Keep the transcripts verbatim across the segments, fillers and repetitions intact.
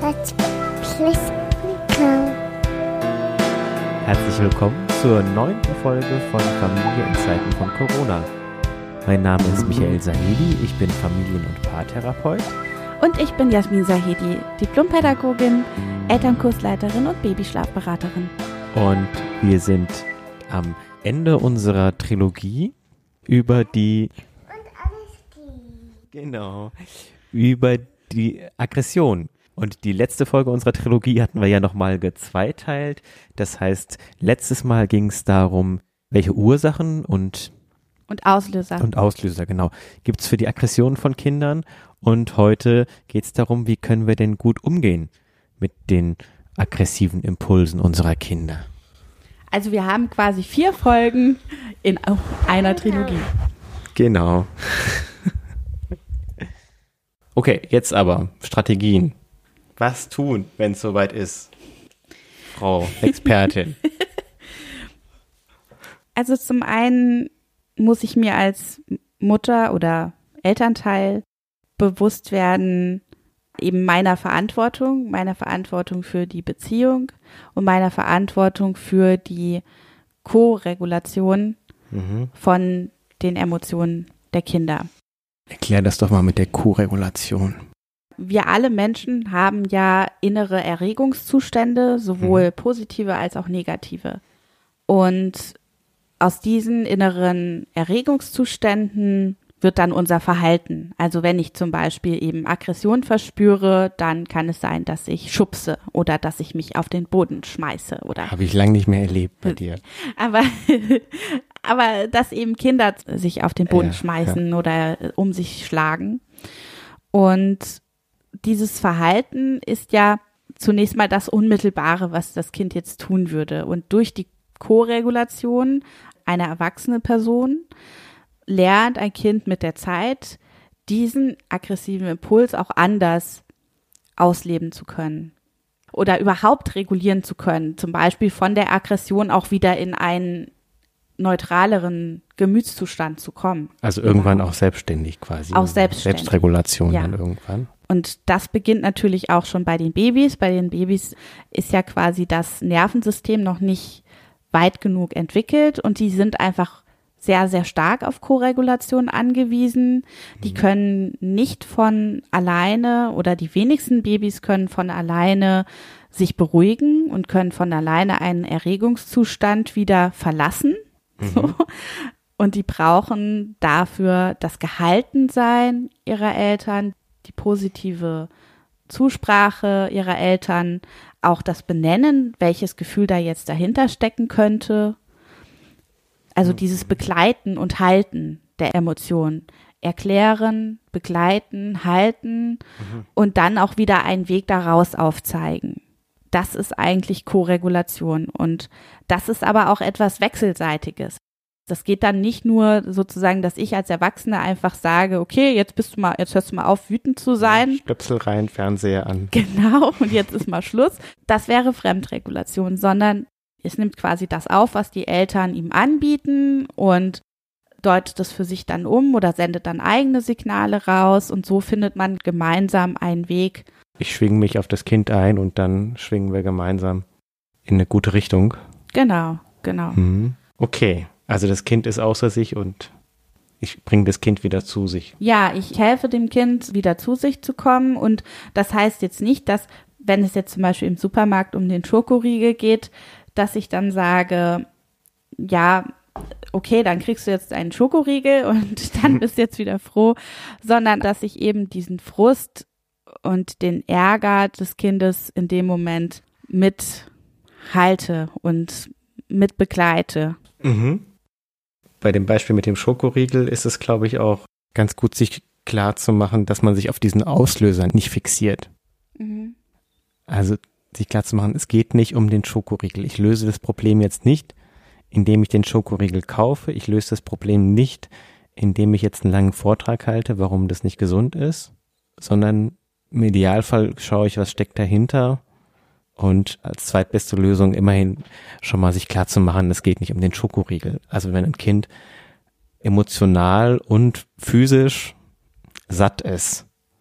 Let's Please Go. Herzlich willkommen zur neunten Folge von Familie in Zeiten von Corona. Mein Name ist Michael Sahedi, ich bin Familien- und Paartherapeut. Und ich bin Jasmin Sahedi, Diplompädagogin, Elternkursleiterin und Babyschlafberaterin. Und wir sind am Ende unserer Trilogie über die Und alles geht. Genau, über die Aggression. Und die letzte Folge unserer Trilogie hatten wir ja nochmal gezweiteilt. Das heißt, letztes Mal ging es darum, welche Ursachen und Und Auslöser. Und Auslöser, genau, gibt es für die Aggression von Kindern. Und heute geht es darum, wie können wir denn gut umgehen mit den aggressiven Impulsen unserer Kinder. Also wir haben quasi vier Folgen in einer Trilogie. Genau. Okay, jetzt aber Strategien. Was tun, wenn es soweit ist? Frau Expertin. Also zum einen muss ich mir als Mutter oder Elternteil bewusst werden, eben meiner Verantwortung, meiner Verantwortung für die Beziehung und meiner Verantwortung für die Co-Regulation Mhm. von den Emotionen der Kinder. Erklär das doch mal mit der Co-Regulation. Wir alle Menschen haben ja innere Erregungszustände, sowohl positive als auch negative. Und aus diesen inneren Erregungszuständen wird dann unser Verhalten. Also wenn ich zum Beispiel eben Aggression verspüre, dann kann es sein, dass ich schubse oder dass ich mich auf den Boden schmeiße oder. Habe ich lange nicht mehr erlebt bei dir. Aber, aber dass eben Kinder sich auf den Boden Ja, schmeißen ja. oder um sich schlagen. Und dieses Verhalten ist ja zunächst mal das Unmittelbare, was das Kind jetzt tun würde. Und durch die Co-Regulation einer erwachsenen Person lernt ein Kind mit der Zeit, diesen aggressiven Impuls auch anders ausleben zu können oder überhaupt regulieren zu können. Zum Beispiel von der Aggression auch wieder in einen neutraleren Gemütszustand zu kommen. Also irgendwann auch selbstständig quasi. Auch selbstständig. Selbstregulation Ja. dann irgendwann. Und das beginnt natürlich auch schon bei den Babys. Bei den Babys ist ja quasi das Nervensystem noch nicht weit genug entwickelt und die sind einfach sehr, sehr stark auf Koregulation angewiesen. Die Mhm. können nicht von alleine oder die wenigsten Babys können von alleine sich beruhigen und können von alleine einen Erregungszustand wieder verlassen. Mhm. So. Und die brauchen dafür das Gehaltensein ihrer Eltern, die positive Zusprache ihrer Eltern, auch das Benennen, welches Gefühl da jetzt dahinter stecken könnte. Also dieses Begleiten und Halten der Emotionen. Erklären, begleiten, halten Mhm. und dann auch wieder einen Weg daraus aufzeigen. Das ist eigentlich Koregulation und das ist aber auch etwas Wechselseitiges. Das geht dann nicht nur sozusagen, dass ich als Erwachsene einfach sage, okay, jetzt bist du mal, jetzt hörst du mal auf, wütend zu sein. Stöpsel rein, Fernseher an. Genau, und jetzt ist mal Schluss. Das wäre Fremdregulation, sondern es nimmt quasi das auf, was die Eltern ihm anbieten und deutet das für sich dann um oder sendet dann eigene Signale raus und so findet man gemeinsam einen Weg. Ich schwinge mich auf das Kind ein und dann schwingen wir gemeinsam in eine gute Richtung. Genau, genau. Mhm. Okay, also das Kind ist außer sich und ich bringe das Kind wieder zu sich. Ja, ich helfe dem Kind, wieder zu sich zu kommen und das heißt jetzt nicht, dass, wenn es jetzt zum Beispiel im Supermarkt um den Schokoriegel geht, dass ich dann sage, ja, okay, dann kriegst du jetzt einen Schokoriegel und dann bist du jetzt wieder froh, sondern dass ich eben diesen Frust und den Ärger des Kindes in dem Moment mithalte und mitbegleite. Mhm. Bei dem Beispiel mit dem Schokoriegel ist es, glaube ich, auch ganz gut, sich klar zu machen, dass man sich auf diesen Auslöser nicht fixiert. Mhm. Also sich klar zu machen, es geht nicht um den Schokoriegel. Ich löse das Problem jetzt nicht, indem ich den Schokoriegel kaufe. Ich löse das Problem nicht, indem ich jetzt einen langen Vortrag halte, warum das nicht gesund ist, sondern im Idealfall schaue ich, was steckt dahinter und als zweitbeste Lösung immerhin schon mal sich klar zu machen, es geht nicht um den Schokoriegel. Also wenn ein Kind emotional und physisch satt ist,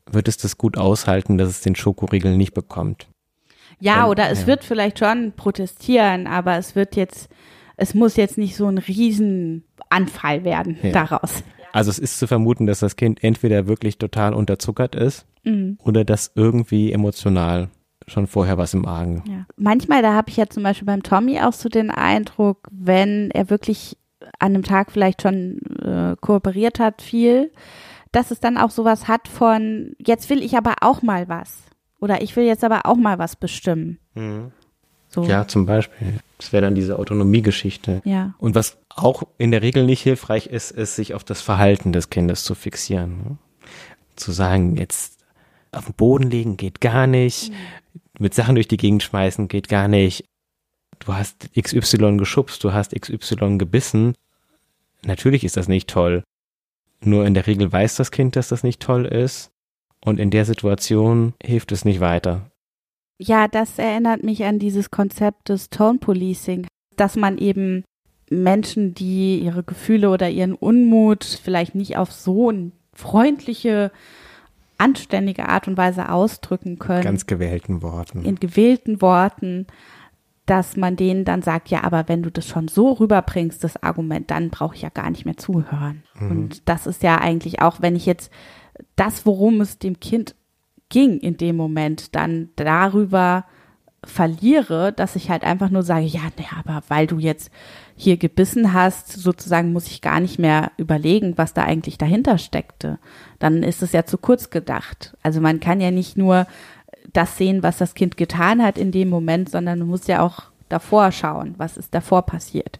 wird es das gut aushalten, dass es den Schokoriegel nicht bekommt. Ja, Wenn- oder es ja. wird vielleicht schon protestieren, aber es wird jetzt, es muss jetzt nicht so ein Riesenanfall werden Ja. daraus. Also es ist zu vermuten, dass das Kind entweder wirklich total unterzuckert ist Mhm. oder dass irgendwie emotional schon vorher was im Argen. Ja. Manchmal, da habe ich ja zum Beispiel beim Tommy auch so den Eindruck, wenn er wirklich an einem Tag vielleicht schon äh, kooperiert hat viel, dass es dann auch sowas hat von, jetzt will ich aber auch mal was. Oder ich will jetzt aber auch mal was bestimmen. So. Ja, zum Beispiel. Das wäre dann diese Autonomiegeschichte. Ja. Und was auch in der Regel nicht hilfreich ist, ist, sich auf das Verhalten des Kindes zu fixieren. Ne? Zu sagen, jetzt auf den Boden legen geht gar nicht, mit Sachen durch die Gegend schmeißen geht gar nicht. Du hast X Y geschubst, du hast X Y gebissen. Natürlich ist das nicht toll. Nur in der Regel weiß das Kind, dass das nicht toll ist. Und in der Situation hilft es nicht weiter. Ja, das erinnert mich an dieses Konzept des Tone Policing, dass man eben Menschen, die ihre Gefühle oder ihren Unmut vielleicht nicht auf so eine freundliche, anständige Art und Weise ausdrücken können, Ganz gewählten Worten. in gewählten Worten, dass man denen dann sagt, ja, aber wenn du das schon so rüberbringst, das Argument, dann brauche ich ja gar nicht mehr zuhören. Mhm. Und das ist ja eigentlich auch, wenn ich jetzt das, worum es dem Kind ging in dem Moment, dann darüber verliere, dass ich halt einfach nur sage, ja, naja, aber weil du jetzt hier gebissen hast, sozusagen muss ich gar nicht mehr überlegen, was da eigentlich dahinter steckte. Dann ist es ja zu kurz gedacht. Also man kann ja nicht nur das sehen, was das Kind getan hat in dem Moment, sondern man muss ja auch davor schauen, was ist davor passiert.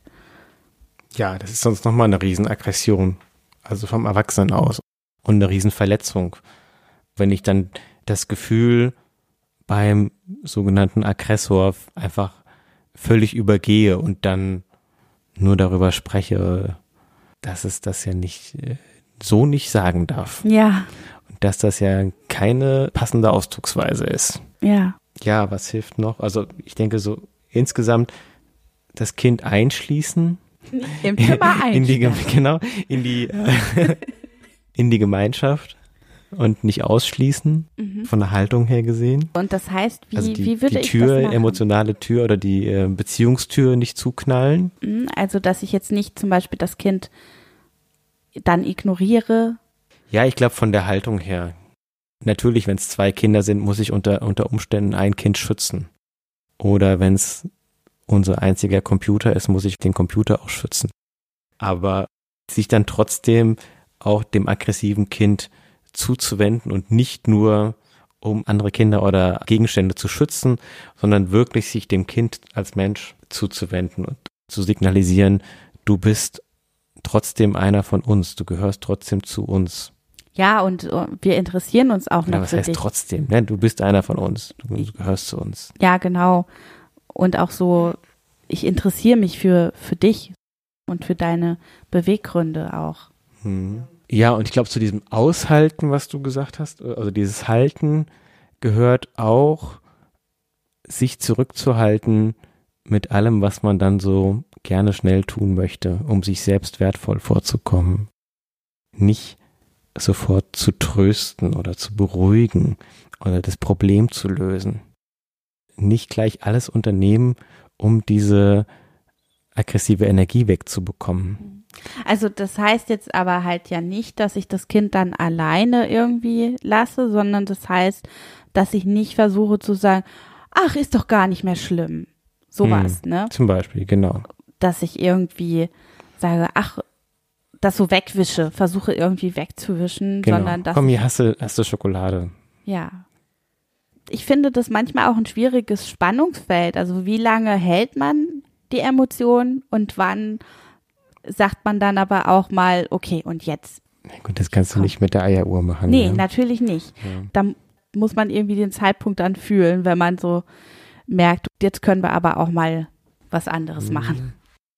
Ja, das ist sonst nochmal eine Riesenaggression, also vom Erwachsenen aus. Und eine Riesenverletzung. Wenn ich dann das Gefühl beim sogenannten Aggressor einfach völlig übergehe und dann nur darüber spreche, dass es das ja nicht äh, so nicht sagen darf. Ja, Und dass das ja keine passende Ausdrucksweise ist. ja. Ja, was hilft noch? Also ich denke so insgesamt das Kind einschließen. Im Zimmer in die, einsperren. genau, in die, äh, in die Gemeinschaft und nicht ausschließen, von der Haltung her gesehen. Und das heißt, wie, Also die, wie würde die ich Tür, das machen? emotionale Tür oder die äh, Beziehungstür nicht zuknallen. Mhm, Also, dass ich jetzt nicht zum Beispiel das Kind dann ignoriere. Ja, ich glaube von der Haltung her. Natürlich, wenn es zwei Kinder sind, muss ich unter, unter Umständen ein Kind schützen. Oder wenn es unser einziger Computer ist, muss ich den Computer auch schützen. Aber sich dann trotzdem auch dem aggressiven Kind zuzuwenden und nicht nur um andere Kinder oder Gegenstände zu schützen, sondern wirklich sich dem Kind als Mensch zuzuwenden und zu signalisieren, du bist trotzdem einer von uns, du gehörst trotzdem zu uns. Ja, und äh, wir interessieren uns auch Oder noch was für heißt dich. trotzdem? Ne? Du bist einer von uns, du, du gehörst zu uns. Ja, genau. Und auch so, ich interessiere mich für, für dich und für deine Beweggründe auch. Hm. Ja, und ich glaube, zu diesem Aushalten, was du gesagt hast, also dieses Halten gehört auch, sich zurückzuhalten mit allem, was man dann so gerne schnell tun möchte, um sich selbst wertvoll vorzukommen. Nicht sofort zu trösten oder zu beruhigen oder das Problem zu lösen. Nicht gleich alles unternehmen, um diese aggressive Energie wegzubekommen. Also das heißt jetzt aber halt ja nicht, dass ich das Kind dann alleine irgendwie lasse, sondern das heißt, dass ich nicht versuche zu sagen, ach, ist doch gar nicht mehr schlimm. Sowas, Hm, ne? Zum Beispiel, genau. Dass ich irgendwie sage, ach, das so wegwische, versuche irgendwie wegzuwischen, genau. sondern dass Komm, ich, hier hast du, hast du Schokolade. ja. Ich finde das manchmal auch ein schwieriges Spannungsfeld. Also wie lange hält man die Emotion und wann sagt man dann aber auch mal, okay, und jetzt? Na gut, das kannst du Komm. nicht mit der Eieruhr machen. Nee, ja. natürlich nicht. Ja. Da muss man irgendwie den Zeitpunkt dann fühlen, wenn man so merkt, jetzt können wir aber auch mal was anderes machen.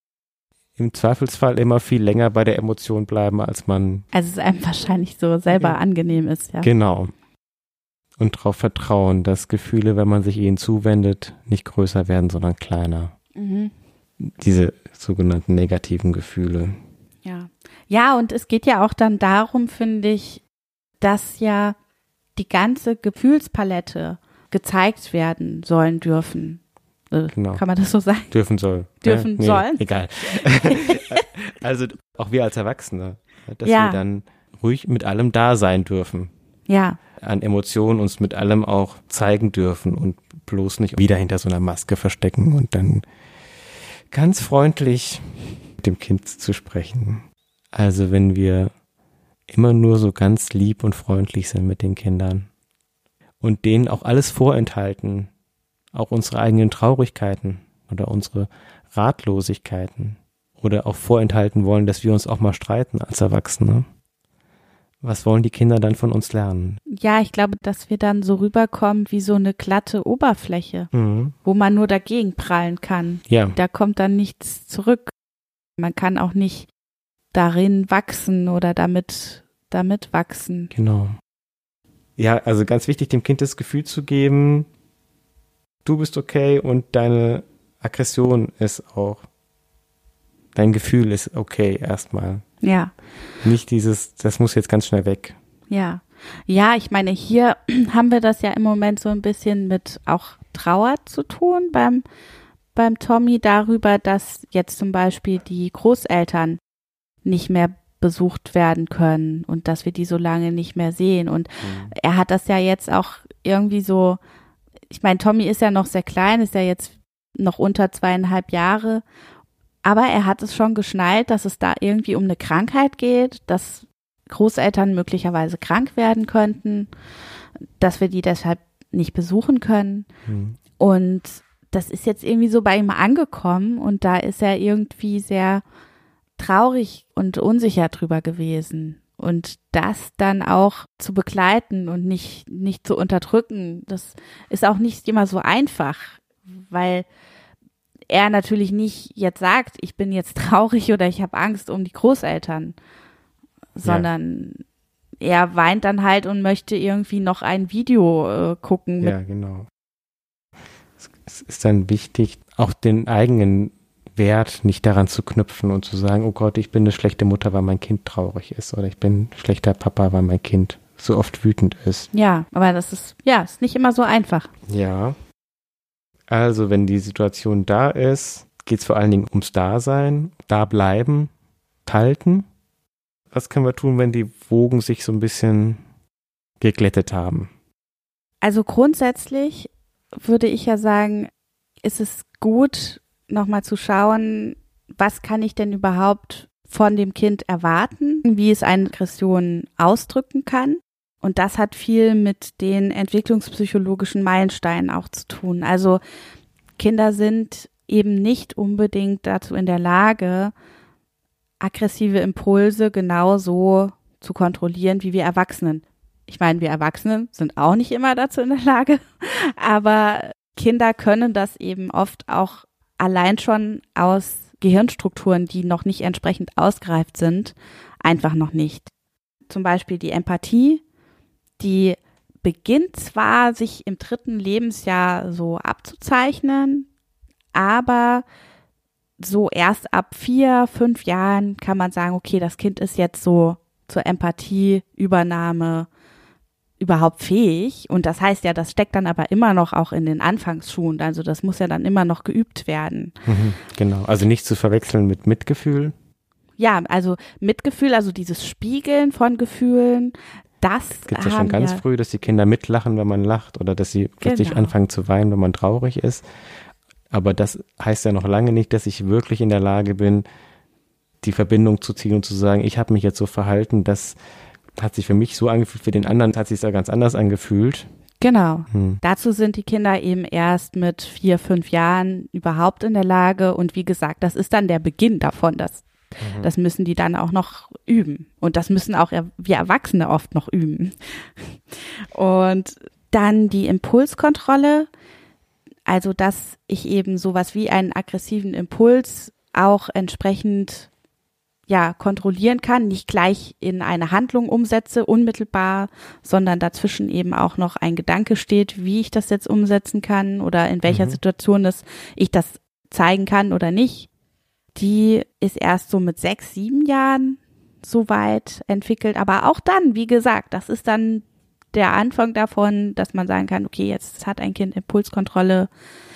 Im Zweifelsfall immer viel länger bei der Emotion bleiben, als man Also es einem wahrscheinlich so selber Ja. angenehm ist, ja. genau. Und darauf vertrauen, dass Gefühle, wenn man sich ihnen zuwendet, nicht größer werden, sondern kleiner. Mhm. Diese sogenannten negativen Gefühle. Ja. Ja, und es geht ja auch dann darum, finde ich, dass ja die ganze Gefühlspalette gezeigt werden sollen dürfen. Äh, Genau. Kann man das so sagen? Dürfen soll. Dürfen ja? nee, sollen? Egal. Also auch wir als Erwachsene, dass Ja. wir dann ruhig mit allem da sein dürfen. Ja, An Emotionen uns mit allem auch zeigen dürfen und bloß nicht wieder hinter so einer Maske verstecken und dann ganz freundlich mit dem Kind zu sprechen. Also wenn wir immer nur so ganz lieb und freundlich sind mit den Kindern und denen auch alles vorenthalten, auch unsere eigenen Traurigkeiten oder unsere Ratlosigkeiten oder auch vorenthalten wollen, dass wir uns auch mal streiten als Erwachsene. Was wollen die Kinder dann von uns lernen? ja, ich glaube, dass wir dann so rüberkommen wie so eine glatte Oberfläche, Mhm. wo man nur dagegen prallen kann. Ja, Da kommt dann nichts zurück. Man kann auch nicht darin wachsen oder damit, damit wachsen. genau. Ja, also ganz wichtig, dem Kind das Gefühl zu geben, du bist okay und deine Aggression ist auch, dein Gefühl ist okay erstmal. Ja, Nicht dieses, das muss jetzt ganz schnell weg. ja. Ja, ich meine, hier haben wir das ja im Moment so ein bisschen mit auch Trauer zu tun beim, beim Tommy darüber, dass jetzt zum Beispiel die Großeltern nicht mehr besucht werden können und dass wir die so lange nicht mehr sehen. Und er hat das ja jetzt auch irgendwie so, ich meine, Tommy ist ja noch sehr klein, ist ja jetzt noch unter zweieinhalb Jahre, aber er hat es schon geschnallt, dass es da irgendwie um eine Krankheit geht, dass Großeltern möglicherweise krank werden könnten, dass wir die deshalb nicht besuchen können. Mhm. Und das ist jetzt irgendwie so bei ihm angekommen und da ist er irgendwie sehr traurig und unsicher drüber gewesen. Und das dann auch zu begleiten und nicht, nicht zu unterdrücken, das ist auch nicht immer so einfach, weil er natürlich nicht jetzt sagt, ich bin jetzt traurig oder ich habe Angst um die Großeltern, sondern er weint dann halt und möchte irgendwie noch ein Video äh, gucken. Mit, Ja, genau. Es- Es ist dann wichtig, auch den eigenen Wert nicht daran zu knüpfen und zu sagen, oh Gott, ich bin eine schlechte Mutter, weil mein Kind traurig ist oder ich bin ein schlechter Papa, weil mein Kind so oft wütend ist. ja, aber das ist, ja, ist nicht immer so einfach. Ja. Also, wenn die Situation da ist, geht es vor allen Dingen ums Dasein, da bleiben, halten. Was können wir tun, wenn die Wogen sich so ein bisschen geglättet haben? Also grundsätzlich würde ich ja sagen, ist es gut, nochmal zu schauen, was kann ich denn überhaupt von dem Kind erwarten, wie es eine Aggression ausdrücken kann. Und das hat viel mit den entwicklungspsychologischen Meilensteinen auch zu tun. Also Kinder sind eben nicht unbedingt dazu in der Lage, aggressive Impulse genauso zu kontrollieren wie wir Erwachsenen. Ich meine, wir Erwachsenen sind auch nicht immer dazu in der Lage, aber Kinder können das eben oft auch allein schon aus Gehirnstrukturen, die noch nicht entsprechend ausgereift sind, einfach noch nicht. Zum Beispiel die Empathie, die beginnt zwar, sich im dritten Lebensjahr so abzuzeichnen, aber so erst ab vier, fünf Jahren kann man sagen, okay, das Kind ist jetzt so zur Empathieübernahme überhaupt fähig. Und das heißt ja, das steckt dann aber immer noch auch in den Anfangsschuhen. Also das muss ja dann immer noch geübt werden. Mhm, genau, also nicht zu verwechseln mit Mitgefühl. Ja, also Mitgefühl, also dieses Spiegeln von Gefühlen, das Es gibt ja haben schon ganz wir, früh, dass die Kinder mitlachen, wenn man lacht oder dass sie plötzlich Genau. anfangen zu weinen, wenn man traurig ist. Aber das heißt ja noch lange nicht, dass ich wirklich in der Lage bin, die Verbindung zu ziehen und zu sagen, ich habe mich jetzt so verhalten, das hat sich für mich so angefühlt, für den anderen hat sich da ganz anders angefühlt. Genau. Hm. Dazu sind die Kinder eben erst mit vier, fünf Jahren überhaupt in der Lage. Und wie gesagt, das ist dann der Beginn davon. Das, Mhm. das müssen die dann auch noch üben. Und das müssen auch er- wir Erwachsene oft noch üben. Und dann die Impulskontrolle. Also, dass ich eben sowas wie einen aggressiven Impuls auch entsprechend ja, kontrollieren kann, nicht gleich in eine Handlung umsetze, unmittelbar, sondern dazwischen eben auch noch ein Gedanke steht, wie ich das jetzt umsetzen kann oder in welcher Mhm. Situation das, ich das zeigen kann oder nicht. Die ist erst so mit sechs, sieben Jahren so weit entwickelt, aber auch dann, wie gesagt, das ist dann der Anfang davon, dass man sagen kann, okay, jetzt hat ein Kind Impulskontrolle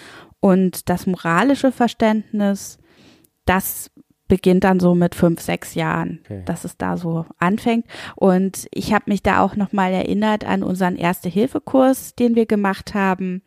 und das moralische Verständnis, das beginnt dann so mit fünf, sechs Jahren, okay, dass es da so anfängt. Und ich habe mich da auch nochmal erinnert an unseren Erste-Hilfe-Kurs, den wir gemacht haben,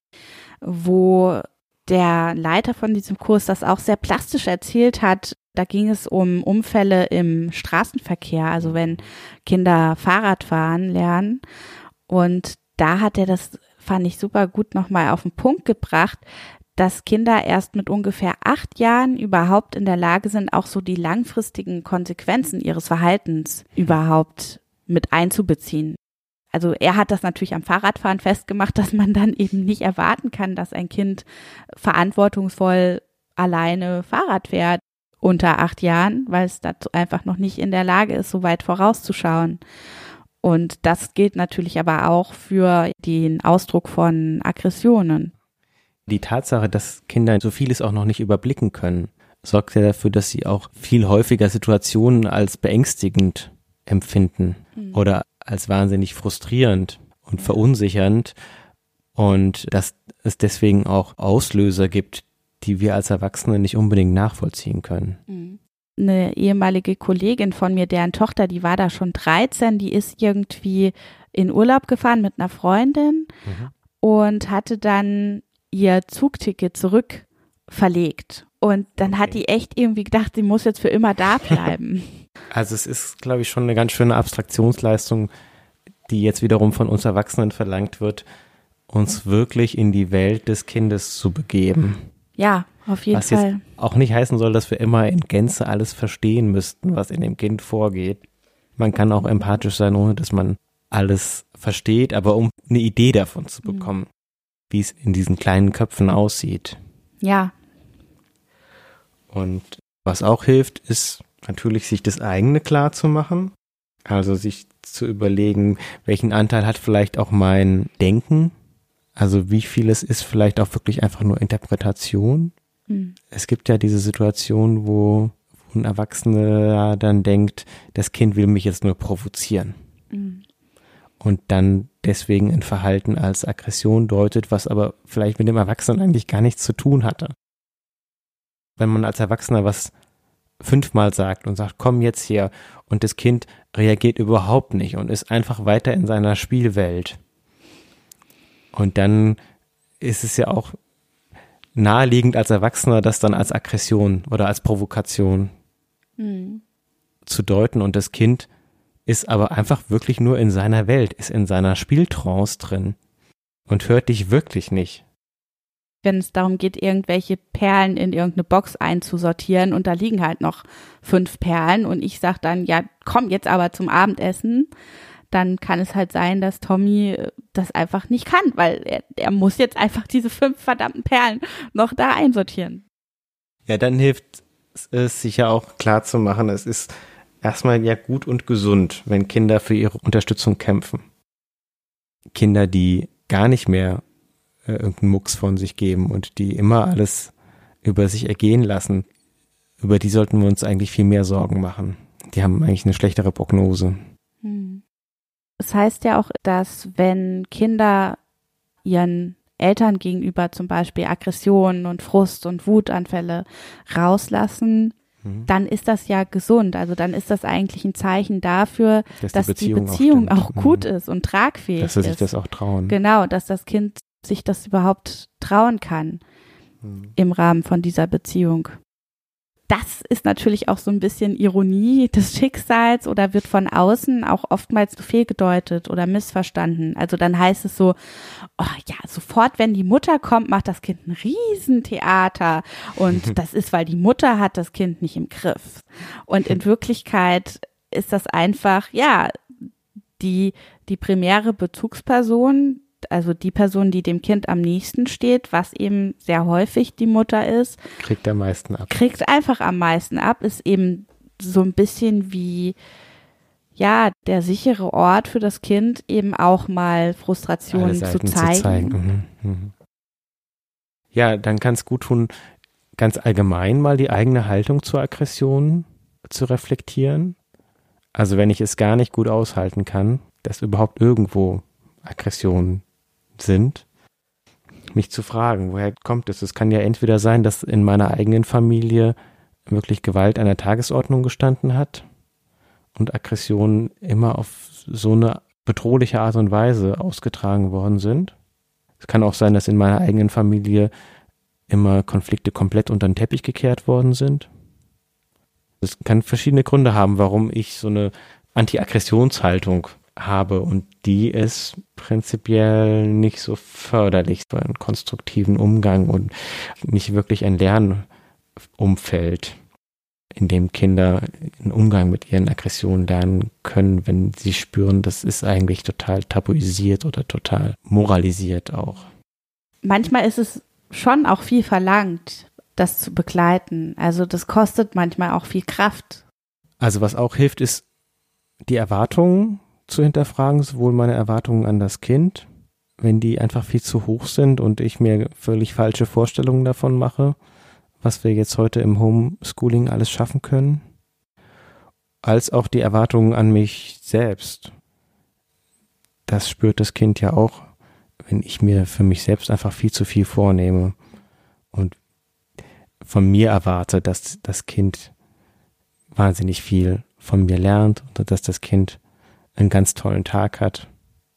wo der Leiter von diesem Kurs das auch sehr plastisch erzählt hat. Da ging es um Unfälle im Straßenverkehr, also wenn Kinder Fahrrad fahren lernen. Und da hat er das, fand ich super gut, nochmal auf den Punkt gebracht, dass Kinder erst mit ungefähr acht Jahren überhaupt in der Lage sind, auch so die langfristigen Konsequenzen ihres Verhaltens überhaupt mit einzubeziehen. Also er hat das natürlich am Fahrradfahren festgemacht, dass man dann eben nicht erwarten kann, dass ein Kind verantwortungsvoll alleine Fahrrad fährt unter acht Jahren, weil es dazu einfach noch nicht in der Lage ist, so weit vorauszuschauen. Und das gilt natürlich aber auch für den Ausdruck von Aggressionen. Die Tatsache, dass Kinder so vieles auch noch nicht überblicken können, sorgt ja dafür, dass sie auch viel häufiger Situationen als beängstigend empfinden mhm. oder als wahnsinnig frustrierend und verunsichernd und dass es deswegen auch Auslöser gibt, die wir als Erwachsene nicht unbedingt nachvollziehen können. Mhm. Eine ehemalige Kollegin von mir, deren Tochter, die war da schon dreizehn, die ist irgendwie in Urlaub gefahren mit einer Freundin mhm. und hatte dann ihr Zugticket zurück verlegt. Und dann okay. hat die echt irgendwie gedacht, sie muss jetzt für immer da bleiben. Also es ist, glaube ich, schon eine ganz schöne Abstraktionsleistung, die jetzt wiederum von uns Erwachsenen verlangt wird, uns wirklich in die Welt des Kindes zu begeben. Ja, auf jeden was Fall. Was jetzt auch nicht heißen soll, dass wir immer in Gänze alles verstehen müssten, was in dem Kind vorgeht. Man kann auch empathisch sein, ohne dass man alles versteht, aber um eine Idee davon zu bekommen, mhm. wie es in diesen kleinen Köpfen aussieht. Ja. Und was auch hilft, ist natürlich, sich das eigene klar zu machen. Also sich zu überlegen, welchen Anteil hat vielleicht auch mein Denken. Also wie vieles ist vielleicht auch wirklich einfach nur Interpretation. Mhm. Es gibt ja diese Situation, wo ein Erwachsener dann denkt, das Kind will mich jetzt nur provozieren. Mhm. Und dann deswegen ein Verhalten als Aggression deutet, was aber vielleicht mit dem Erwachsenen eigentlich gar nichts zu tun hatte. Wenn man als Erwachsener was fünfmal sagt und sagt, komm jetzt her, und das Kind reagiert überhaupt nicht und ist einfach weiter in seiner Spielwelt. Und dann ist es ja auch naheliegend als Erwachsener, das dann als Aggression oder als Provokation mhm. zu deuten. Und das Kind ist aber einfach wirklich nur in seiner Welt, ist in seiner Spieltrance drin und hört dich wirklich nicht. Wenn es darum geht, irgendwelche Perlen in irgendeine Box einzusortieren und da liegen halt noch fünf Perlen und ich sage dann, ja, komm jetzt aber zum Abendessen, dann kann es halt sein, dass Tommy das einfach nicht kann, weil er, er muss jetzt einfach diese fünf verdammten Perlen noch da einsortieren. Ja, dann hilft es, sich ja auch klar zu machen, es ist erstmal ja gut und gesund, wenn Kinder für ihre Unterstützung kämpfen. Kinder, die gar nicht mehr äh, irgendeinen Mucks von sich geben und die immer alles über sich ergehen lassen, über die sollten wir uns eigentlich viel mehr Sorgen machen. Die haben eigentlich eine schlechtere Prognose. Hm. Das heißt ja auch, dass wenn Kinder ihren Eltern gegenüber zum Beispiel Aggressionen und Frust und Wutanfälle rauslassen, mhm. dann ist das ja gesund. Also dann ist das eigentlich ein Zeichen dafür, dass, dass die Beziehung, die Beziehung auch, auch gut mhm. ist und tragfähig ist. Dass sie sich das auch trauen. Genau, dass das Kind sich das überhaupt trauen kann mhm. im Rahmen von dieser Beziehung. Das ist natürlich auch so ein bisschen Ironie des Schicksals oder wird von außen auch oftmals fehlgedeutet oder missverstanden. Also dann heißt es so, oh ja, sofort, wenn die Mutter kommt, macht das Kind ein Riesentheater und das ist, weil die Mutter hat das Kind nicht im Griff. Und in Wirklichkeit ist das einfach, ja, die, die primäre Bezugsperson, also die Person, die dem Kind am nächsten steht, was eben sehr häufig die Mutter ist, kriegt am meisten ab. Kriegt einfach am meisten ab, ist eben so ein bisschen wie, ja, der sichere Ort für das Kind, eben auch mal Frustrationen zu zeigen. Zu zeigen. Mhm. Mhm. Ja, dann kann es gut tun, ganz allgemein mal die eigene Haltung zur Aggression zu reflektieren. Also wenn ich es gar nicht gut aushalten kann, dass überhaupt irgendwo Aggressionen sind, mich zu fragen, woher kommt es? Es kann ja entweder sein, dass in meiner eigenen Familie wirklich Gewalt an der Tagesordnung gestanden hat und Aggressionen immer auf so eine bedrohliche Art und Weise ausgetragen worden sind. Es kann auch sein, dass in meiner eigenen Familie immer Konflikte komplett unter den Teppich gekehrt worden sind. Es kann verschiedene Gründe haben, warum ich so eine Anti-Aggressionshaltung habe und die ist prinzipiell nicht so förderlich für einen konstruktiven Umgang und nicht wirklich ein Lernumfeld, in dem Kinder einen Umgang mit ihren Aggressionen lernen können, wenn sie spüren, das ist eigentlich total tabuisiert oder total moralisiert auch. Manchmal ist es schon auch viel verlangt, das zu begleiten. Also das kostet manchmal auch viel Kraft. Also was auch hilft, ist die Erwartungen zu hinterfragen, sowohl meine Erwartungen an das Kind, wenn die einfach viel zu hoch sind und ich mir völlig falsche Vorstellungen davon mache, was wir jetzt heute im Homeschooling alles schaffen können, als auch die Erwartungen an mich selbst. Das spürt das Kind ja auch, wenn ich mir für mich selbst einfach viel zu viel vornehme und von mir erwarte, dass das Kind wahnsinnig viel von mir lernt und dass das Kind einen ganz tollen Tag hat.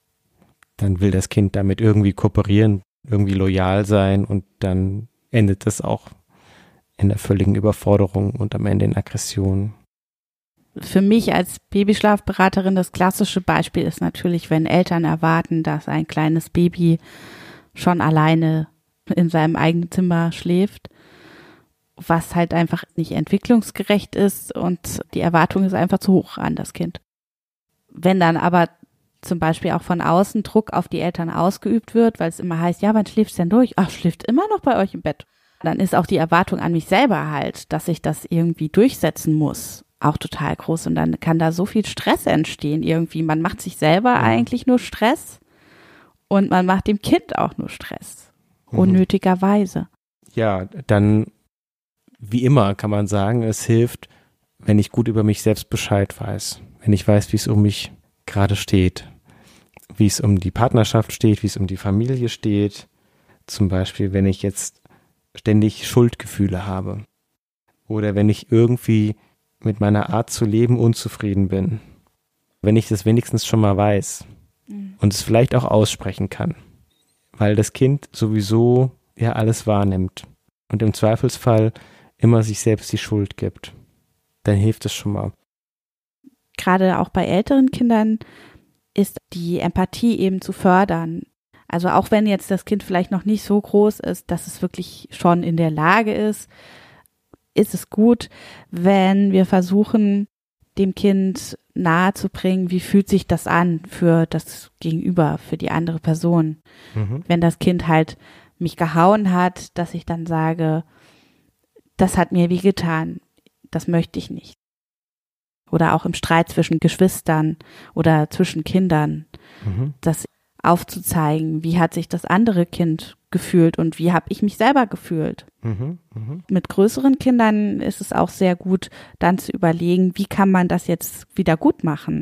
Dann will das Kind damit irgendwie kooperieren, irgendwie loyal sein und dann endet das auch in der völligen Überforderung und am Ende in Aggression. Für mich als Babyschlafberaterin das klassische Beispiel ist natürlich, wenn Eltern erwarten, dass ein kleines Baby schon alleine in seinem eigenen Zimmer schläft, was halt einfach nicht entwicklungsgerecht ist und die Erwartung ist einfach zu hoch an das Kind. Wenn dann aber zum Beispiel auch von außen Druck auf die Eltern ausgeübt wird, weil es immer heißt, ja, wann schläft's denn durch? Ach, schläft immer noch bei euch im Bett. Dann ist auch die Erwartung an mich selber halt, dass ich das irgendwie durchsetzen muss, auch total groß. Und dann kann da so viel Stress entstehen irgendwie. Man macht sich selber ja. eigentlich nur Stress und man macht dem Kind auch nur Stress. Mhm. Unnötigerweise. Ja, dann wie immer kann man sagen, es hilft, wenn ich gut über mich selbst Bescheid weiß. Wenn ich weiß, wie es um mich gerade steht. Wie es um die Partnerschaft steht, wie es um die Familie steht. Zum Beispiel, wenn ich jetzt ständig Schuldgefühle habe. Oder wenn ich irgendwie mit meiner Art zu leben unzufrieden bin. Wenn ich das wenigstens schon mal weiß mhm. und es vielleicht auch aussprechen kann. Weil das Kind sowieso ja alles wahrnimmt und im Zweifelsfall immer sich selbst die Schuld gibt. Dann hilft es schon mal. Gerade auch bei älteren Kindern ist die Empathie eben zu fördern. Also auch wenn jetzt das Kind vielleicht noch nicht so groß ist, dass es wirklich schon in der Lage ist, ist es gut, wenn wir versuchen, dem Kind nahezubringen, wie fühlt sich das an für das Gegenüber, für die andere Person. Mhm. Wenn das Kind halt mich gehauen hat, dass ich dann sage, das hat mir weh getan, das möchte ich nicht. Oder auch im Streit zwischen Geschwistern oder zwischen Kindern, mhm. das aufzuzeigen, wie hat sich das andere Kind gefühlt und wie habe ich mich selber gefühlt. Mhm, mh. Mit größeren Kindern ist es auch sehr gut, dann zu überlegen, wie kann man das jetzt wieder gut machen.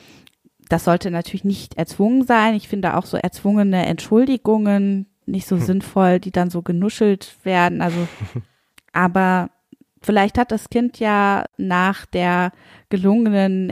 Das sollte natürlich nicht erzwungen sein. Ich finde auch so erzwungene Entschuldigungen nicht so hm. sinnvoll, die dann so genuschelt werden. Also, aber vielleicht hat das Kind ja nach der gelungenen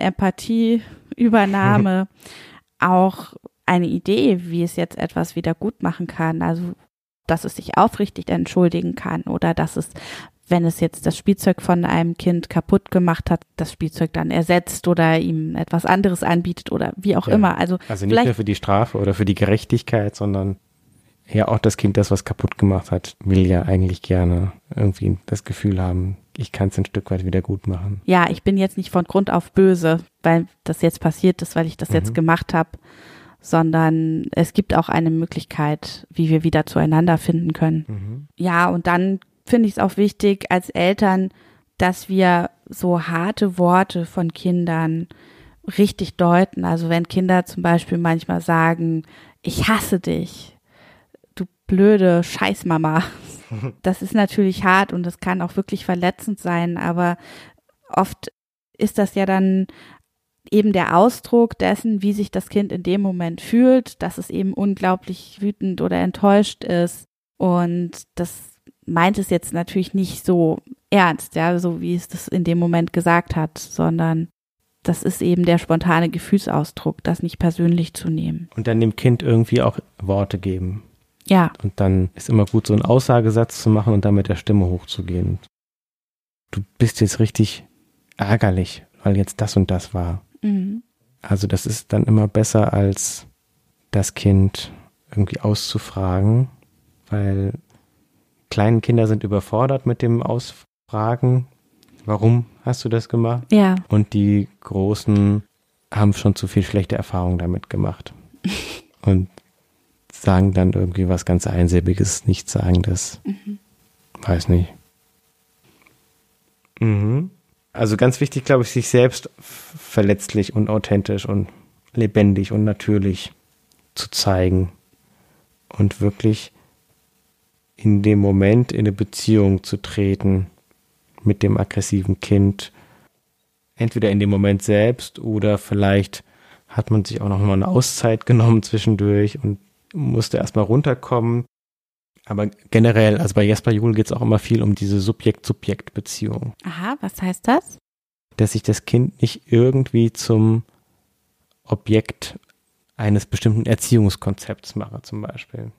Empathieübernahme auch eine Idee, wie es jetzt etwas wieder gut machen kann. Also, dass es sich aufrichtig entschuldigen kann oder dass es, wenn es jetzt das Spielzeug von einem Kind kaputt gemacht hat, das Spielzeug dann ersetzt oder ihm etwas anderes anbietet oder wie auch ja. immer. Also, also nicht nur für die Strafe oder für die Gerechtigkeit, sondern ja auch das Kind, das was kaputt gemacht hat, will ja eigentlich gerne irgendwie das Gefühl haben, ich kann es ein Stück weit wieder gut machen. Ja, ich bin jetzt nicht von Grund auf böse, weil das jetzt passiert ist, weil ich das mhm. jetzt gemacht habe, sondern es gibt auch eine Möglichkeit, wie wir wieder zueinander finden können. Mhm. Ja, und dann finde ich es auch wichtig als Eltern, dass wir so harte Worte von Kindern richtig deuten. Also wenn Kinder zum Beispiel manchmal sagen, ich hasse dich, du blöde Scheißmama. Das ist natürlich hart und das kann auch wirklich verletzend sein, aber oft ist das ja dann eben der Ausdruck dessen, wie sich das Kind in dem Moment fühlt, dass es eben unglaublich wütend oder enttäuscht ist. Und das meint es jetzt natürlich nicht so ernst, ja, so wie es das in dem Moment gesagt hat, sondern das ist eben der spontane Gefühlsausdruck, das nicht persönlich zu nehmen. Und dann dem Kind irgendwie auch Worte geben. Ja. Und dann ist immer gut, so einen Aussagesatz zu machen und dann mit der Stimme hochzugehen. Du bist jetzt richtig ärgerlich, weil jetzt das und das war. Mhm. Also das ist dann immer besser, als das Kind irgendwie auszufragen, weil kleine Kinder sind überfordert mit dem Ausfragen. Warum hast du das gemacht? Ja. Und die Großen haben schon zu viel schlechte Erfahrungen damit gemacht. Und sagen dann irgendwie was ganz Einsilbiges, Nichtssagendes. Mhm. Weiß nicht. Mhm. Also ganz wichtig, glaube ich, sich selbst verletzlich und authentisch und lebendig und natürlich zu zeigen. Und wirklich in dem Moment in eine Beziehung zu treten mit dem aggressiven Kind. Entweder in dem Moment selbst oder vielleicht hat man sich auch noch mal eine Auszeit genommen zwischendurch und musste erstmal runterkommen. Aber generell, also bei Jesper Juhl geht es auch immer viel um diese Subjekt-Subjekt-Beziehung. Aha, was heißt das? Dass ich das Kind nicht irgendwie zum Objekt eines bestimmten Erziehungskonzepts mache, zum Beispiel.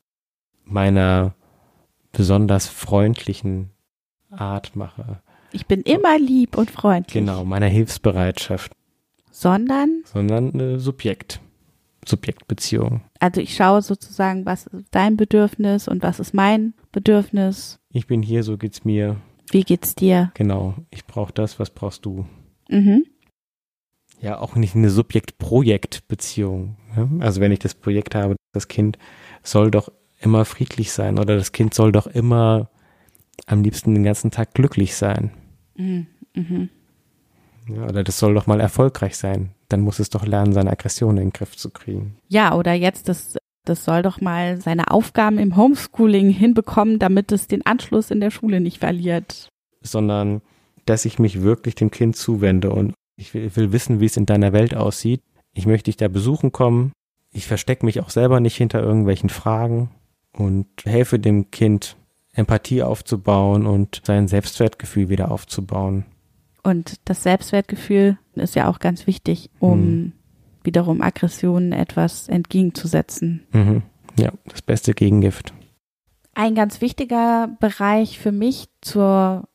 Meiner besonders freundlichen Art mache. Ich bin immer lieb und freundlich. Genau, meiner Hilfsbereitschaft. Sondern? Sondern eine Subjekt. Subjektbeziehung. Also ich schaue sozusagen, was ist dein Bedürfnis und was ist mein Bedürfnis. Ich bin hier, so geht's mir. Wie geht's dir? Genau, ich brauche das, was brauchst du? Mhm. Ja, auch nicht eine Subjekt-Projekt-Beziehung. Ja? Also wenn ich das Projekt habe, das Kind soll doch immer friedlich sein oder das Kind soll doch immer am liebsten den ganzen Tag glücklich sein. Mhm. Mhm. Ja, oder das soll doch mal erfolgreich sein. Dann muss es doch lernen, seine Aggression in den Griff zu kriegen. Ja, oder jetzt, das, das soll doch mal seine Aufgaben im Homeschooling hinbekommen, damit es den Anschluss in der Schule nicht verliert. Sondern, dass ich mich wirklich dem Kind zuwende und ich will, ich will wissen, wie es in deiner Welt aussieht. Ich möchte dich da besuchen kommen. Ich verstecke mich auch selber nicht hinter irgendwelchen Fragen und helfe dem Kind, Empathie aufzubauen und sein Selbstwertgefühl wieder aufzubauen. Und das Selbstwertgefühl ist ja auch ganz wichtig, um hm. wiederum Aggressionen etwas entgegenzusetzen. Mhm. Ja, das beste Gegengift. Ein ganz wichtiger Bereich für mich zur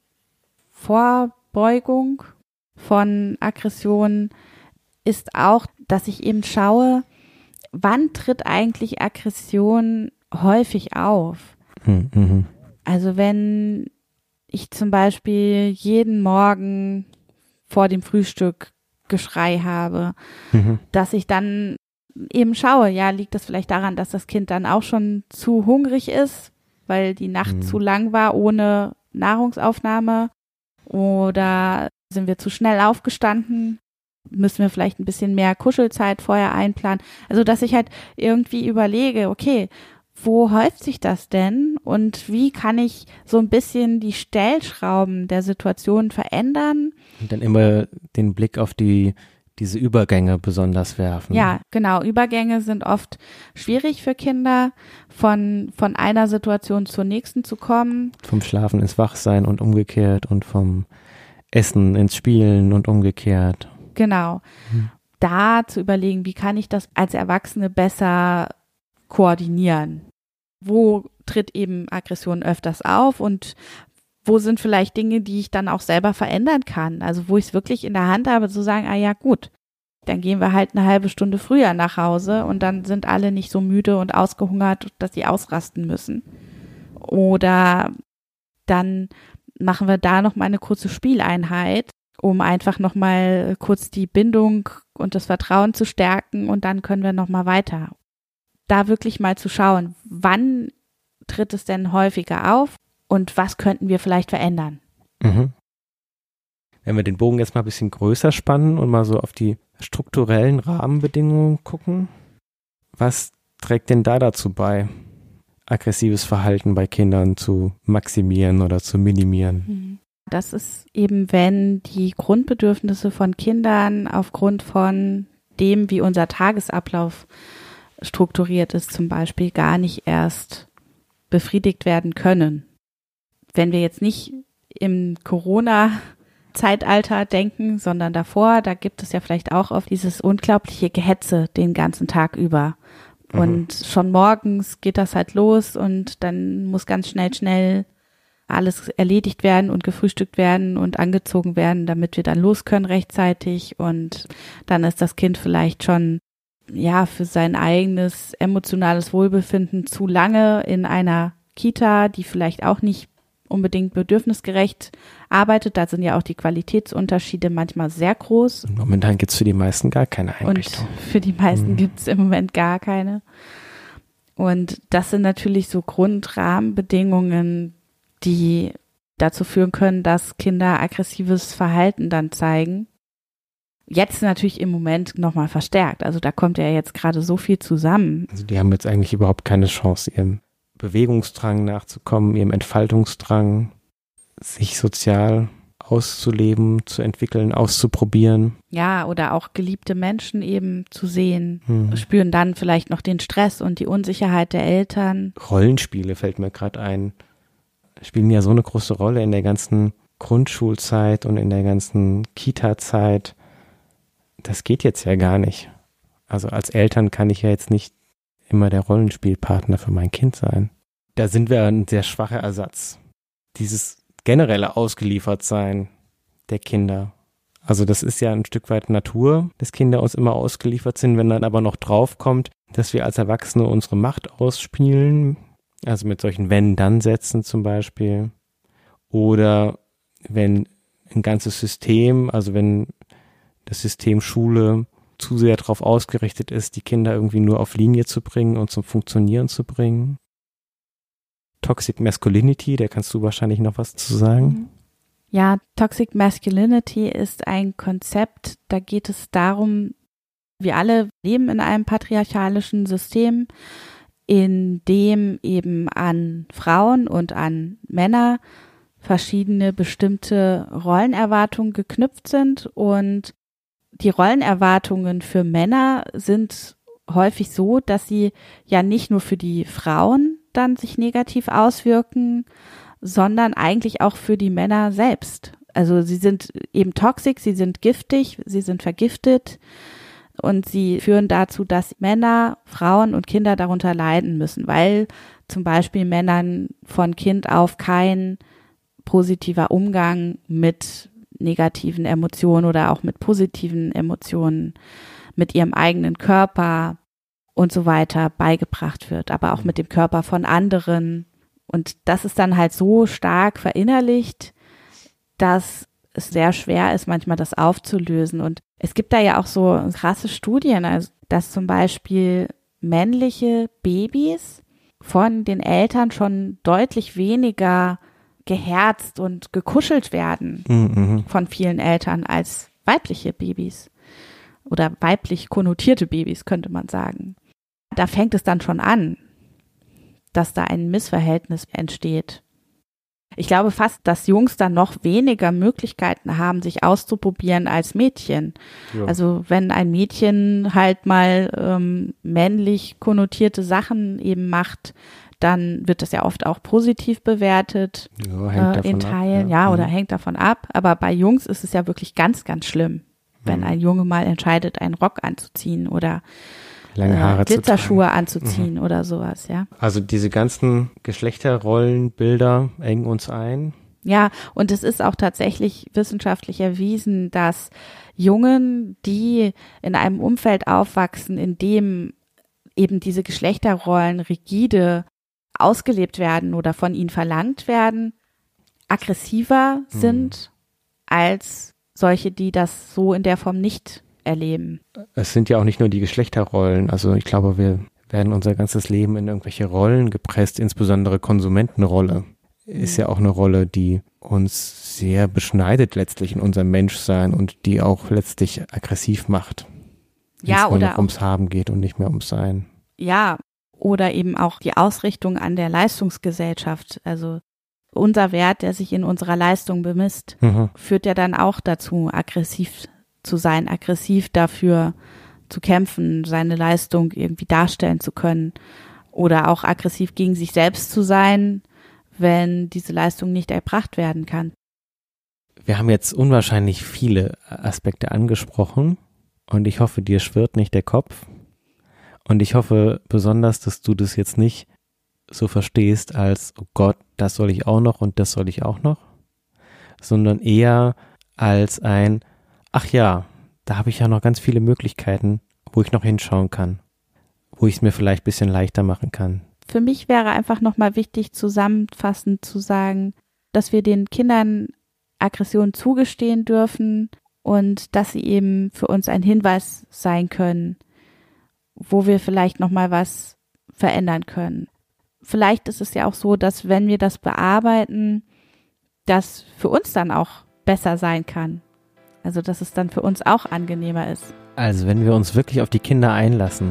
Vorbeugung von Aggressionen ist auch, dass ich eben schaue, wann tritt eigentlich Aggression häufig auf? Mhm. Also wenn ich zum Beispiel jeden Morgen vor dem Frühstück Geschrei habe, mhm. dass ich dann eben schaue, ja, liegt das vielleicht daran, dass das Kind dann auch schon zu hungrig ist, weil die Nacht mhm. zu lang war ohne Nahrungsaufnahme, oder sind wir zu schnell aufgestanden, müssen wir vielleicht ein bisschen mehr Kuschelzeit vorher einplanen, also dass ich halt irgendwie überlege, okay, wo häuft sich das denn und wie kann ich so ein bisschen die Stellschrauben der Situation verändern? Und dann immer den Blick auf die diese Übergänge besonders werfen. Ja, genau. Übergänge sind oft schwierig für Kinder, von von einer Situation zur nächsten zu kommen. Vom Schlafen ins Wachsein und umgekehrt und vom Essen ins Spielen und umgekehrt. Genau. Hm. Da zu überlegen, wie kann ich das als Erwachsene besser koordinieren? Wo tritt eben Aggression öfters auf und wo sind vielleicht Dinge, die ich dann auch selber verändern kann? Also wo ich es wirklich in der Hand habe, zu sagen, ah ja gut, dann gehen wir halt eine halbe Stunde früher nach Hause und dann sind alle nicht so müde und ausgehungert, dass sie ausrasten müssen. Oder dann machen wir da noch mal eine kurze Spieleinheit, um einfach noch mal kurz die Bindung und das Vertrauen zu stärken und dann können wir noch mal weiter. Da wirklich mal zu schauen, wann tritt es denn häufiger auf und was könnten wir vielleicht verändern. Mhm. Wenn wir den Bogen jetzt mal ein bisschen größer spannen und mal so auf die strukturellen Rahmenbedingungen gucken, was trägt denn da dazu bei, aggressives Verhalten bei Kindern zu maximieren oder zu minimieren? Das ist eben, wenn die Grundbedürfnisse von Kindern aufgrund von dem, wie unser Tagesablauf strukturiert ist, zum Beispiel gar nicht erst befriedigt werden können. Wenn wir jetzt nicht im Corona-Zeitalter denken, sondern davor, da gibt es ja vielleicht auch oft dieses unglaubliche Gehetze den ganzen Tag über. Mhm. Und schon morgens geht das halt los und dann muss ganz schnell, schnell alles erledigt werden und gefrühstückt werden und angezogen werden, damit wir dann los können rechtzeitig. Und dann ist das Kind vielleicht schon, ja, für sein eigenes emotionales Wohlbefinden zu lange in einer Kita, die vielleicht auch nicht unbedingt bedürfnisgerecht arbeitet. Da sind ja auch die Qualitätsunterschiede manchmal sehr groß. Und momentan gibt es für die meisten gar keine Einrichtung. Und für die meisten mhm. gibt es im Moment gar keine. Und das sind natürlich so Grundrahmenbedingungen, die dazu führen können, dass Kinder aggressives Verhalten dann zeigen. Jetzt natürlich im Moment nochmal verstärkt. Also da kommt ja jetzt gerade so viel zusammen. Also die haben jetzt eigentlich überhaupt keine Chance, ihrem Bewegungsdrang nachzukommen, ihrem Entfaltungsdrang, sich sozial auszuleben, zu entwickeln, auszuprobieren. Ja, oder auch geliebte Menschen eben zu sehen, hm. spüren dann vielleicht noch den Stress und die Unsicherheit der Eltern. Rollenspiele fällt mir gerade ein. Spielen ja so eine große Rolle in der ganzen Grundschulzeit und in der ganzen Kita-Zeit. Das geht jetzt ja gar nicht. Also als Eltern kann ich ja jetzt nicht immer der Rollenspielpartner für mein Kind sein. Da sind wir ein sehr schwacher Ersatz. Dieses generelle Ausgeliefertsein der Kinder. Also das ist ja ein Stück weit Natur, dass Kinder uns immer ausgeliefert sind. Wenn dann aber noch draufkommt, dass wir als Erwachsene unsere Macht ausspielen, also mit solchen Wenn-Dann-Sätzen zum Beispiel. Oder wenn ein ganzes System, also wenn das System Schule zu sehr darauf ausgerichtet ist, die Kinder irgendwie nur auf Linie zu bringen und zum Funktionieren zu bringen. Toxic Masculinity, da kannst du wahrscheinlich noch was zu sagen. Ja, Toxic Masculinity ist ein Konzept, da geht es darum, wir alle leben in einem patriarchalischen System, in dem eben an Frauen und an Männer verschiedene bestimmte Rollenerwartungen geknüpft sind. Und die Rollenerwartungen für Männer sind häufig so, dass sie ja nicht nur für die Frauen dann sich negativ auswirken, sondern eigentlich auch für die Männer selbst. Also sie sind eben toxisch, sie sind giftig, sie sind vergiftet. Und sie führen dazu, dass Männer, Frauen und Kinder darunter leiden müssen, weil zum Beispiel Männern von Kind auf kein positiver Umgang mit negativen Emotionen oder auch mit positiven Emotionen, mit ihrem eigenen Körper und so weiter beigebracht wird, aber auch mit dem Körper von anderen. Und das ist dann halt so stark verinnerlicht, dass es sehr schwer ist, manchmal das aufzulösen. Und es gibt da ja auch so krasse Studien, also dass zum Beispiel männliche Babys von den Eltern schon deutlich weniger geherzt und gekuschelt werden Mhm. von vielen Eltern als weibliche Babys oder weiblich konnotierte Babys, könnte man sagen. Da fängt es dann schon an, dass da ein Missverhältnis entsteht. Ich glaube fast, dass Jungs dann noch weniger Möglichkeiten haben, sich auszuprobieren als Mädchen. Ja. Also wenn ein Mädchen halt mal ähm, männlich konnotierte Sachen eben macht, dann wird das ja oft auch positiv bewertet Ja, hängt äh, davon in Teilen, ab, ja, ja. oder Mhm. hängt davon ab. Aber bei Jungs ist es ja wirklich ganz, ganz schlimm, wenn Mhm. ein Junge mal entscheidet, einen Rock anzuziehen oder Lange Haare äh, zu Glitzerschuhe tragen. anzuziehen oder sowas, ja. Also diese ganzen Geschlechterrollenbilder engen uns ein. Ja, und es ist auch tatsächlich wissenschaftlich erwiesen, dass Jungen, die in einem Umfeld aufwachsen, in dem eben diese Geschlechterrollen rigide ausgelebt werden oder von ihnen verlangt werden, aggressiver Mhm. sind als solche, die das so in der Form nicht erleben. Es sind ja auch nicht nur die Geschlechterrollen. Also ich glaube, wir werden unser ganzes Leben in irgendwelche Rollen gepresst, insbesondere Konsumentenrolle. Ist ja auch eine Rolle, die uns sehr beschneidet letztlich in unserem Menschsein und die auch letztlich aggressiv macht. Wenn Ja, es nur oder noch auch, ums Haben geht und nicht mehr ums Sein. ja, oder eben auch die Ausrichtung an der Leistungsgesellschaft. Also unser Wert, der sich in unserer Leistung bemisst, Mhm. führt ja dann auch dazu, aggressiv zu sein, aggressiv dafür zu kämpfen, seine Leistung irgendwie darstellen zu können oder auch aggressiv gegen sich selbst zu sein, wenn diese Leistung nicht erbracht werden kann. Wir haben jetzt unwahrscheinlich viele Aspekte angesprochen und ich hoffe, dir schwirrt nicht der Kopf und ich hoffe besonders, dass du das jetzt nicht so verstehst als, oh Gott, das soll ich auch noch und das soll ich auch noch, sondern eher als ein, ach ja, da habe ich ja noch ganz viele Möglichkeiten, wo ich noch hinschauen kann, wo ich es mir vielleicht ein bisschen leichter machen kann. Für mich wäre einfach nochmal wichtig, zusammenfassend zu sagen, dass wir den Kindern Aggression zugestehen dürfen und dass sie eben für uns ein Hinweis sein können, wo wir vielleicht nochmal was verändern können. Vielleicht ist es ja auch so, dass wenn wir das bearbeiten, das für uns dann auch besser sein kann. Also dass es dann für uns auch angenehmer ist. Also wenn wir uns wirklich auf die Kinder einlassen,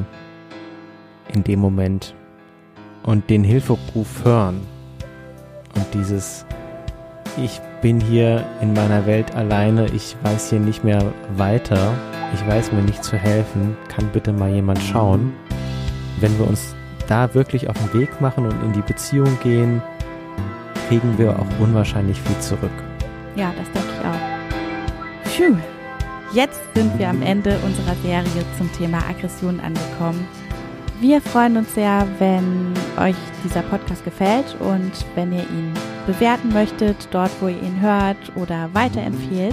in dem Moment und den Hilferuf hören und dieses, ich bin hier in meiner Welt alleine, ich weiß hier nicht mehr weiter, ich weiß mir nicht zu helfen, kann bitte mal jemand schauen. Wenn wir uns da wirklich auf den Weg machen und in die Beziehung gehen, kriegen wir auch unwahrscheinlich viel zurück. Ja, das denke ich auch. Phew. Jetzt sind wir am Ende unserer Serie zum Thema Aggression angekommen. Wir freuen uns sehr, wenn euch dieser Podcast gefällt und wenn ihr ihn bewerten möchtet, dort wo ihr ihn hört oder weiterempfehlt.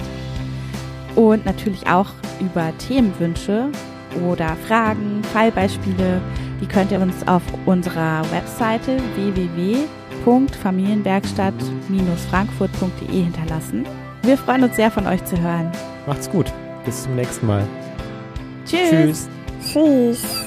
Und natürlich auch über Themenwünsche oder Fragen, Fallbeispiele, die könnt ihr uns auf unserer Webseite w w w punkt familienwerkstatt Bindestrich frankfurt punkt de hinterlassen. Wir freuen uns sehr, von euch zu hören. Macht's gut, bis zum nächsten Mal. Tschüss. Tschüss. Tschüss.